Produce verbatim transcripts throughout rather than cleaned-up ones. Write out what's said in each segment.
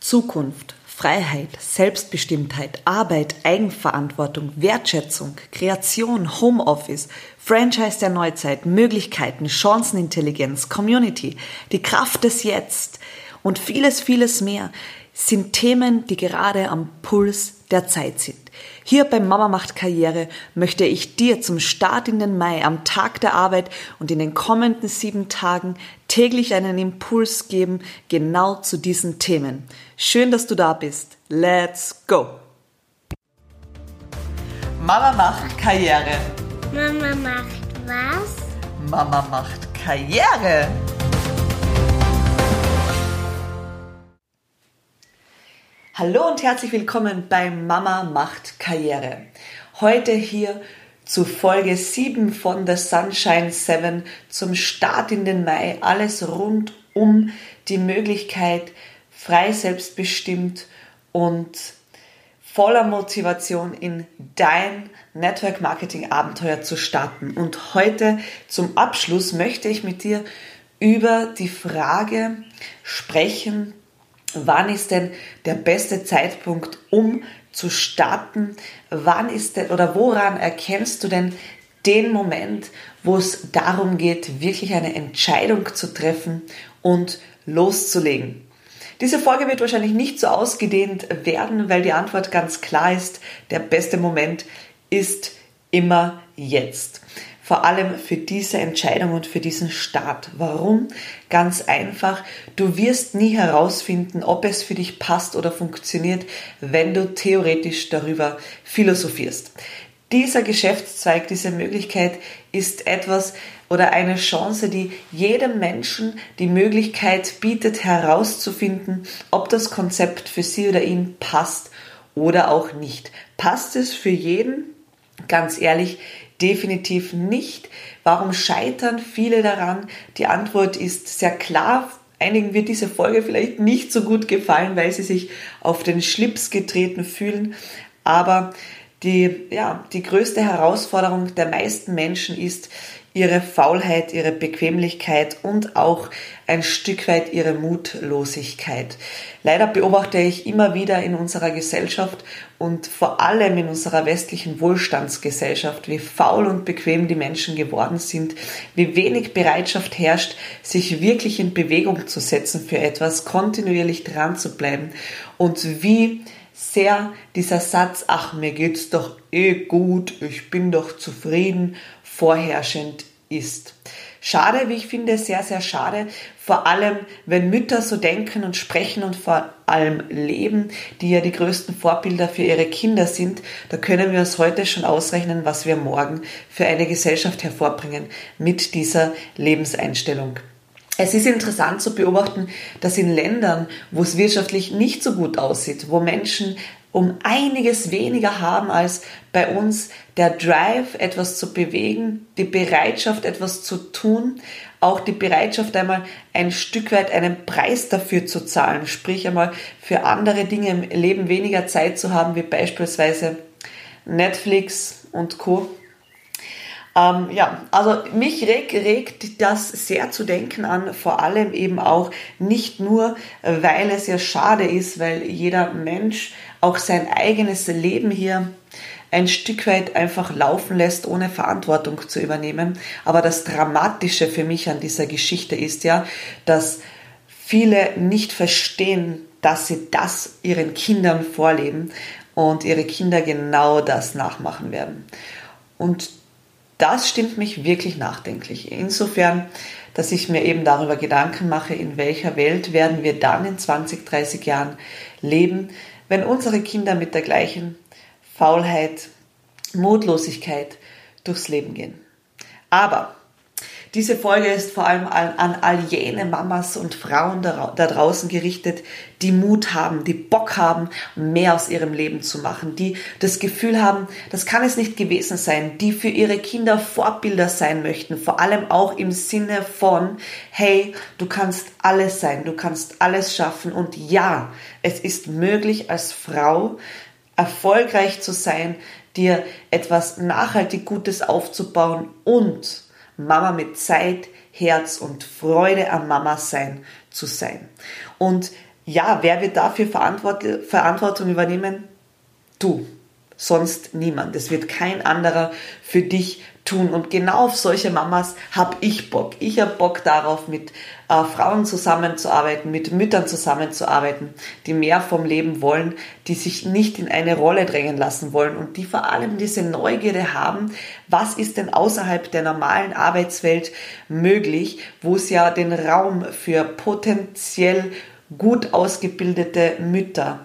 Zukunft, Freiheit, Selbstbestimmtheit, Arbeit, Eigenverantwortung, Wertschätzung, Kreation, Homeoffice, Franchise der Neuzeit, Möglichkeiten, Chancenintelligenz, Community, die Kraft des Jetzt und vieles, vieles mehr sind Themen, die gerade am Puls der Zeit sind. Hier beim Mama macht Karriere möchte ich dir zum Start in den Mai am Tag der Arbeit und in den kommenden sieben Tagen täglich einen Impuls geben, genau zu diesen Themen. Schön, dass du da bist. Let's go! Mama macht Karriere. Mama macht was? Mama macht Karriere. Hallo und herzlich willkommen bei Mama macht Karriere. Heute hier zu Folge sieben von The Sunshine sieben zum Start in den Mai. Alles rund um die Möglichkeit, frei selbstbestimmt und voller Motivation in dein Network Marketing Abenteuer zu starten. Und heute zum Abschluss möchte ich mit dir über die Frage sprechen, wann ist denn der beste Zeitpunkt, um zu starten? Wann ist denn oder woran erkennst du denn den Moment, wo es darum geht, wirklich eine Entscheidung zu treffen und loszulegen? Diese Folge wird wahrscheinlich nicht so ausgedehnt werden, weil die Antwort ganz klar ist, der beste Moment ist immer jetzt. Vor allem für diese Entscheidung und für diesen Start. Warum? Ganz einfach, du wirst nie herausfinden, ob es für dich passt oder funktioniert, wenn du theoretisch darüber philosophierst. Dieser Geschäftszweig, diese Möglichkeit ist etwas oder eine Chance, die jedem Menschen die Möglichkeit bietet, herauszufinden, ob das Konzept für sie oder ihn passt oder auch nicht. Passt es für jeden? Ganz ehrlich, definitiv nicht. Warum scheitern viele daran? Die Antwort ist sehr klar. Einigen wird diese Folge vielleicht nicht so gut gefallen, weil sie sich auf den Schlips getreten fühlen. Aber die, ja, die größte Herausforderung der meisten Menschen ist ihre Faulheit, ihre Bequemlichkeit und auch ein Stück weit ihre Mutlosigkeit. Leider beobachte ich immer wieder in unserer Gesellschaft und vor allem in unserer westlichen Wohlstandsgesellschaft, wie faul und bequem die Menschen geworden sind, wie wenig Bereitschaft herrscht, sich wirklich in Bewegung zu setzen für etwas, kontinuierlich dran zu bleiben und wie sehr dieser Satz, ach, mir geht's doch eh gut, ich bin doch zufrieden, vorherrschend ist. Schade, wie ich finde, sehr, sehr schade, vor allem, wenn Mütter so denken und sprechen und vor allem leben, die ja die größten Vorbilder für ihre Kinder sind, da können wir uns heute schon ausrechnen, was wir morgen für eine Gesellschaft hervorbringen mit dieser Lebenseinstellung. Es ist interessant zu beobachten, dass in Ländern, wo es wirtschaftlich nicht so gut aussieht, wo Menschen um einiges weniger haben als bei uns, der Drive, etwas zu bewegen, die Bereitschaft, etwas zu tun, auch die Bereitschaft, einmal ein Stück weit einen Preis dafür zu zahlen, sprich einmal für andere Dinge im Leben weniger Zeit zu haben, wie beispielsweise Netflix und Co. Ähm, ja, also mich regt, regt das sehr zu denken an, vor allem eben auch nicht nur, weil es ja schade ist, weil jeder Mensch auch sein eigenes Leben hier ein Stück weit einfach laufen lässt, ohne Verantwortung zu übernehmen. Aber das Dramatische für mich an dieser Geschichte ist ja, dass viele nicht verstehen, dass sie das ihren Kindern vorleben und ihre Kinder genau das nachmachen werden. Und das stimmt mich wirklich nachdenklich. Insofern, dass ich mir eben darüber Gedanken mache, in welcher Welt werden wir dann in zwanzig, dreißig Jahren leben, wenn unsere Kinder mit der gleichen Faulheit, Mutlosigkeit durchs Leben gehen. Aber diese Folge ist vor allem an, an all jene Mamas und Frauen da, da draußen gerichtet, die Mut haben, die Bock haben, mehr aus ihrem Leben zu machen, die das Gefühl haben, das kann es nicht gewesen sein, die für ihre Kinder Vorbilder sein möchten, vor allem auch im Sinne von, hey, du kannst alles sein, du kannst alles schaffen und ja, es ist möglich als Frau erfolgreich zu sein, dir etwas nachhaltig Gutes aufzubauen und Mama mit Zeit, Herz und Freude am Mama sein zu sein. Und ja, wer wird dafür Verantwort- Verantwortung übernehmen? Du, sonst niemand. Es wird kein anderer für dich tun. Und genau auf solche Mamas habe ich Bock. Ich habe Bock darauf, mit äh, Frauen zusammenzuarbeiten, mit Müttern zusammenzuarbeiten, die mehr vom Leben wollen, die sich nicht in eine Rolle drängen lassen wollen und die vor allem diese Neugierde haben, was ist denn außerhalb der normalen Arbeitswelt möglich, wo es ja den Raum für potenziell gut ausgebildete Mütter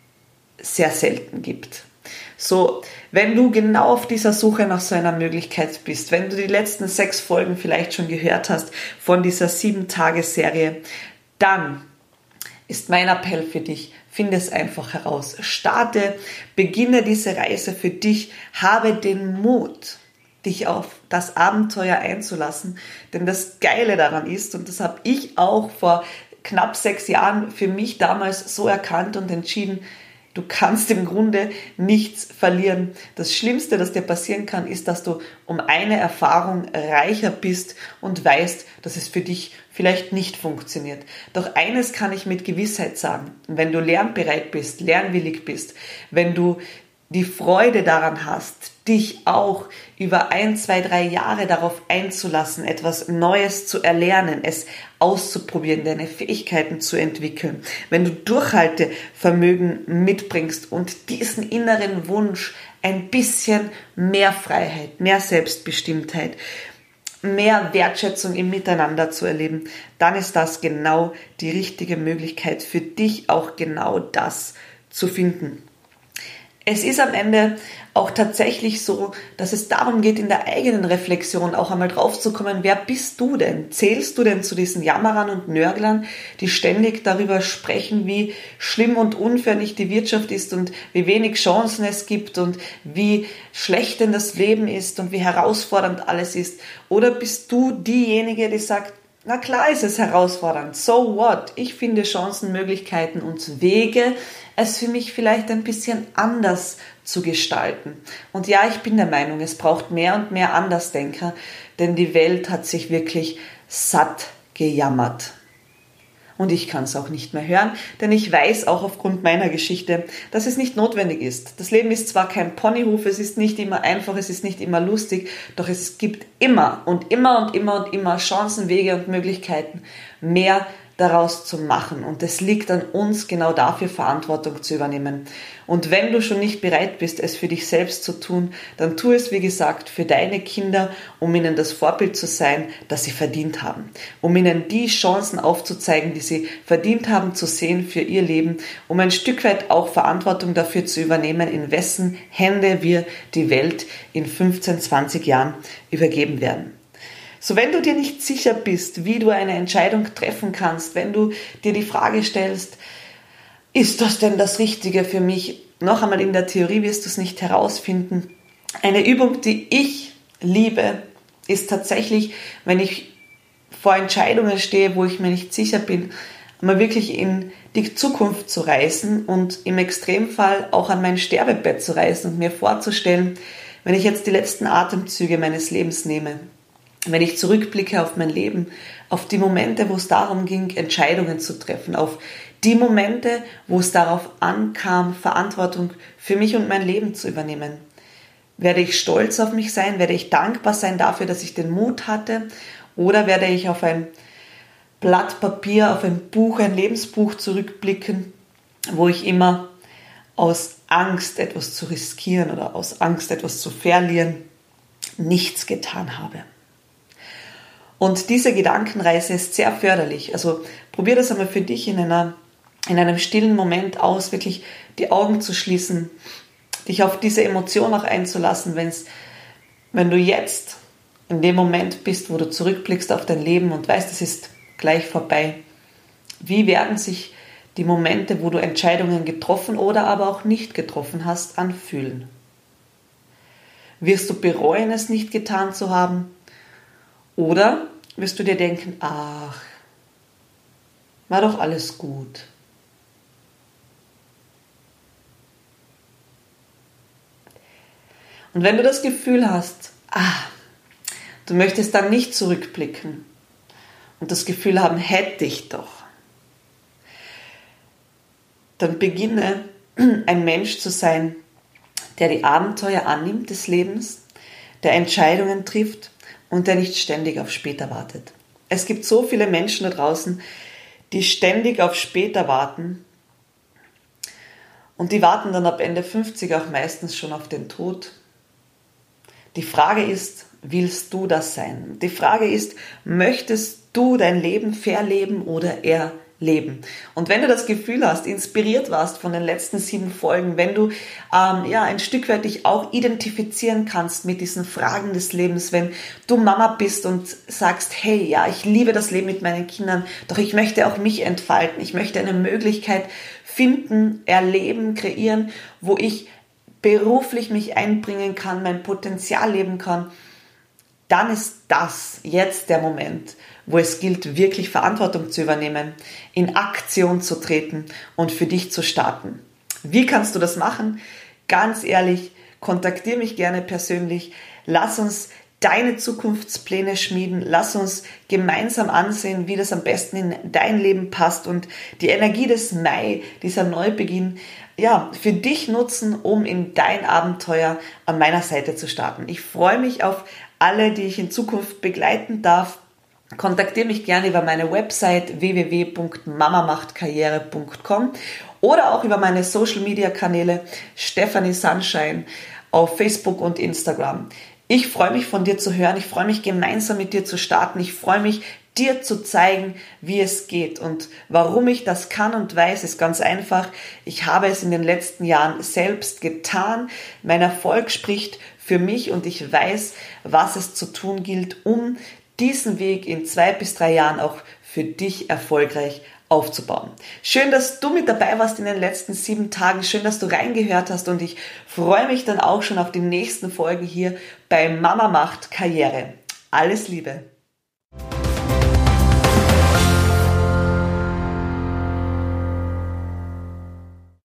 sehr selten gibt. So, wenn du genau auf dieser Suche nach so einer Möglichkeit bist, wenn du die letzten sechs Folgen vielleicht schon gehört hast von dieser sieben-Tage-Serie, dann ist mein Appell für dich, finde es einfach heraus. Starte, beginne diese Reise für dich, habe den Mut, dich auf das Abenteuer einzulassen, denn das Geile daran ist, und das habe ich auch vor knapp sechs Jahren für mich damals so erkannt und entschieden, du kannst im Grunde nichts verlieren. Das Schlimmste, das dir passieren kann, ist, dass du um eine Erfahrung reicher bist und weißt, dass es für dich vielleicht nicht funktioniert. Doch eines kann ich mit Gewissheit sagen. Wenn du lernbereit bist, lernwillig bist, wenn du die Freude daran hast, dich auch über ein, zwei, drei Jahre darauf einzulassen, etwas Neues zu erlernen, es auszuprobieren, deine Fähigkeiten zu entwickeln, wenn du Durchhaltevermögen mitbringst und diesen inneren Wunsch, ein bisschen mehr Freiheit, mehr Selbstbestimmtheit, mehr Wertschätzung im Miteinander zu erleben, dann ist das genau die richtige Möglichkeit für dich, auch genau das zu finden. Es ist am Ende auch tatsächlich so, dass es darum geht, in der eigenen Reflexion auch einmal drauf zu kommen, wer bist du denn? Zählst du denn zu diesen Jammerern und Nörglern, die ständig darüber sprechen, wie schlimm und unfair nicht die Wirtschaft ist und wie wenig Chancen es gibt und wie schlecht denn das Leben ist und wie herausfordernd alles ist? Oder bist du diejenige, die sagt, na klar ist es herausfordernd, so what? Ich finde Chancen, Möglichkeiten und Wege, es für mich vielleicht ein bisschen anders zu gestalten. Und ja, ich bin der Meinung, es braucht mehr und mehr Andersdenker, denn die Welt hat sich wirklich satt gejammert. Und ich kann es auch nicht mehr hören, denn ich weiß auch aufgrund meiner Geschichte, dass es nicht notwendig ist. Das Leben ist zwar kein Ponyhof, es ist nicht immer einfach, es ist nicht immer lustig, doch es gibt immer und immer und immer und immer Chancen, Wege und Möglichkeiten, mehr daraus zu machen. Und es liegt an uns, genau dafür Verantwortung zu übernehmen. Und wenn du schon nicht bereit bist, es für dich selbst zu tun, dann tu es, wie gesagt, für deine Kinder, um ihnen das Vorbild zu sein, das sie verdient haben. Um ihnen die Chancen aufzuzeigen, die sie verdient haben zu sehen für ihr Leben, um ein Stück weit auch Verantwortung dafür zu übernehmen, in wessen Hände wir die Welt in fünfzehn, zwanzig Jahren übergeben werden. So, wenn du dir nicht sicher bist, wie du eine Entscheidung treffen kannst, wenn du dir die Frage stellst, ist das denn das Richtige für mich? Noch einmal, in der Theorie wirst du es nicht herausfinden. Eine Übung, die ich liebe, ist tatsächlich, wenn ich vor Entscheidungen stehe, wo ich mir nicht sicher bin, mal wirklich in die Zukunft zu reisen und im Extremfall auch an mein Sterbebett zu reisen und mir vorzustellen, wenn ich jetzt die letzten Atemzüge meines Lebens nehme, wenn ich zurückblicke auf mein Leben, auf die Momente, wo es darum ging, Entscheidungen zu treffen, auf die Momente, wo es darauf ankam, Verantwortung für mich und mein Leben zu übernehmen. Werde ich stolz auf mich sein? Werde ich dankbar sein dafür, dass ich den Mut hatte? Oder werde ich auf ein Blatt Papier, auf ein Buch, ein Lebensbuch zurückblicken, wo ich immer aus Angst, etwas zu riskieren oder aus Angst, etwas zu verlieren, nichts getan habe? Und diese Gedankenreise ist sehr förderlich. Also probier das einmal für dich in einer, in einem stillen Moment aus, wirklich die Augen zu schließen, dich auf diese Emotion auch einzulassen, wenn's, wenn du jetzt in dem Moment bist, wo du zurückblickst auf dein Leben und weißt, es ist gleich vorbei. Wie werden sich die Momente, wo du Entscheidungen getroffen oder aber auch nicht getroffen hast, anfühlen? Wirst du bereuen, es nicht getan zu haben? Oder wirst du dir denken, ach, war doch alles gut. Und wenn du das Gefühl hast, ah, du möchtest dann nicht zurückblicken und das Gefühl haben, hätte ich doch, dann beginne ein Mensch zu sein, der die Abenteuer annimmt des Lebens, der Entscheidungen trifft und der nicht ständig auf später wartet. Es gibt so viele Menschen da draußen, die ständig auf später warten und die warten dann ab Ende fünfzig auch meistens schon auf den Tod. Die Frage ist, willst du das sein? Die Frage ist, möchtest du dein Leben verleben oder erleben? Und wenn du das Gefühl hast, inspiriert warst von den letzten sieben Folgen, wenn du ähm, ja ein Stück weit dich auch identifizieren kannst mit diesen Fragen des Lebens, wenn du Mama bist und sagst, hey, ja, ich liebe das Leben mit meinen Kindern, doch ich möchte auch mich entfalten, ich möchte eine Möglichkeit finden, erleben, kreieren, wo ich beruflich mich einbringen kann, mein Potenzial leben kann, dann ist das jetzt der Moment, wo es gilt, wirklich Verantwortung zu übernehmen, in Aktion zu treten und für dich zu starten. Wie kannst du das machen? Ganz ehrlich, kontaktiere mich gerne persönlich. Lass uns deine Zukunftspläne schmieden. Lass uns gemeinsam ansehen, wie das am besten in dein Leben passt und die Energie des Mai, dieser Neubeginn, ja, für dich nutzen, um in dein Abenteuer an meiner Seite zu starten. Ich freue mich auf alle, die ich in Zukunft begleiten darf. Kontaktiere mich gerne über meine Website w w w punkt mama macht karriere punkt com oder auch über meine Social Media Kanäle Stephanie Sunshine auf Facebook und Instagram. Ich freue mich, von dir zu hören. Ich freue mich, gemeinsam mit dir zu starten. Ich freue mich, dir zu zeigen, wie es geht. Und warum ich das kann und weiß, ist ganz einfach. Ich habe es in den letzten Jahren selbst getan. Mein Erfolg spricht für mich und ich weiß, was es zu tun gilt, um diesen Weg in zwei bis drei Jahren auch für dich erfolgreich aufzubauen. Schön, dass du mit dabei warst in den letzten sieben Tagen. Schön, dass du reingehört hast und ich freue mich dann auch schon auf die nächsten Folgen hier bei Mama macht Karriere. Alles Liebe!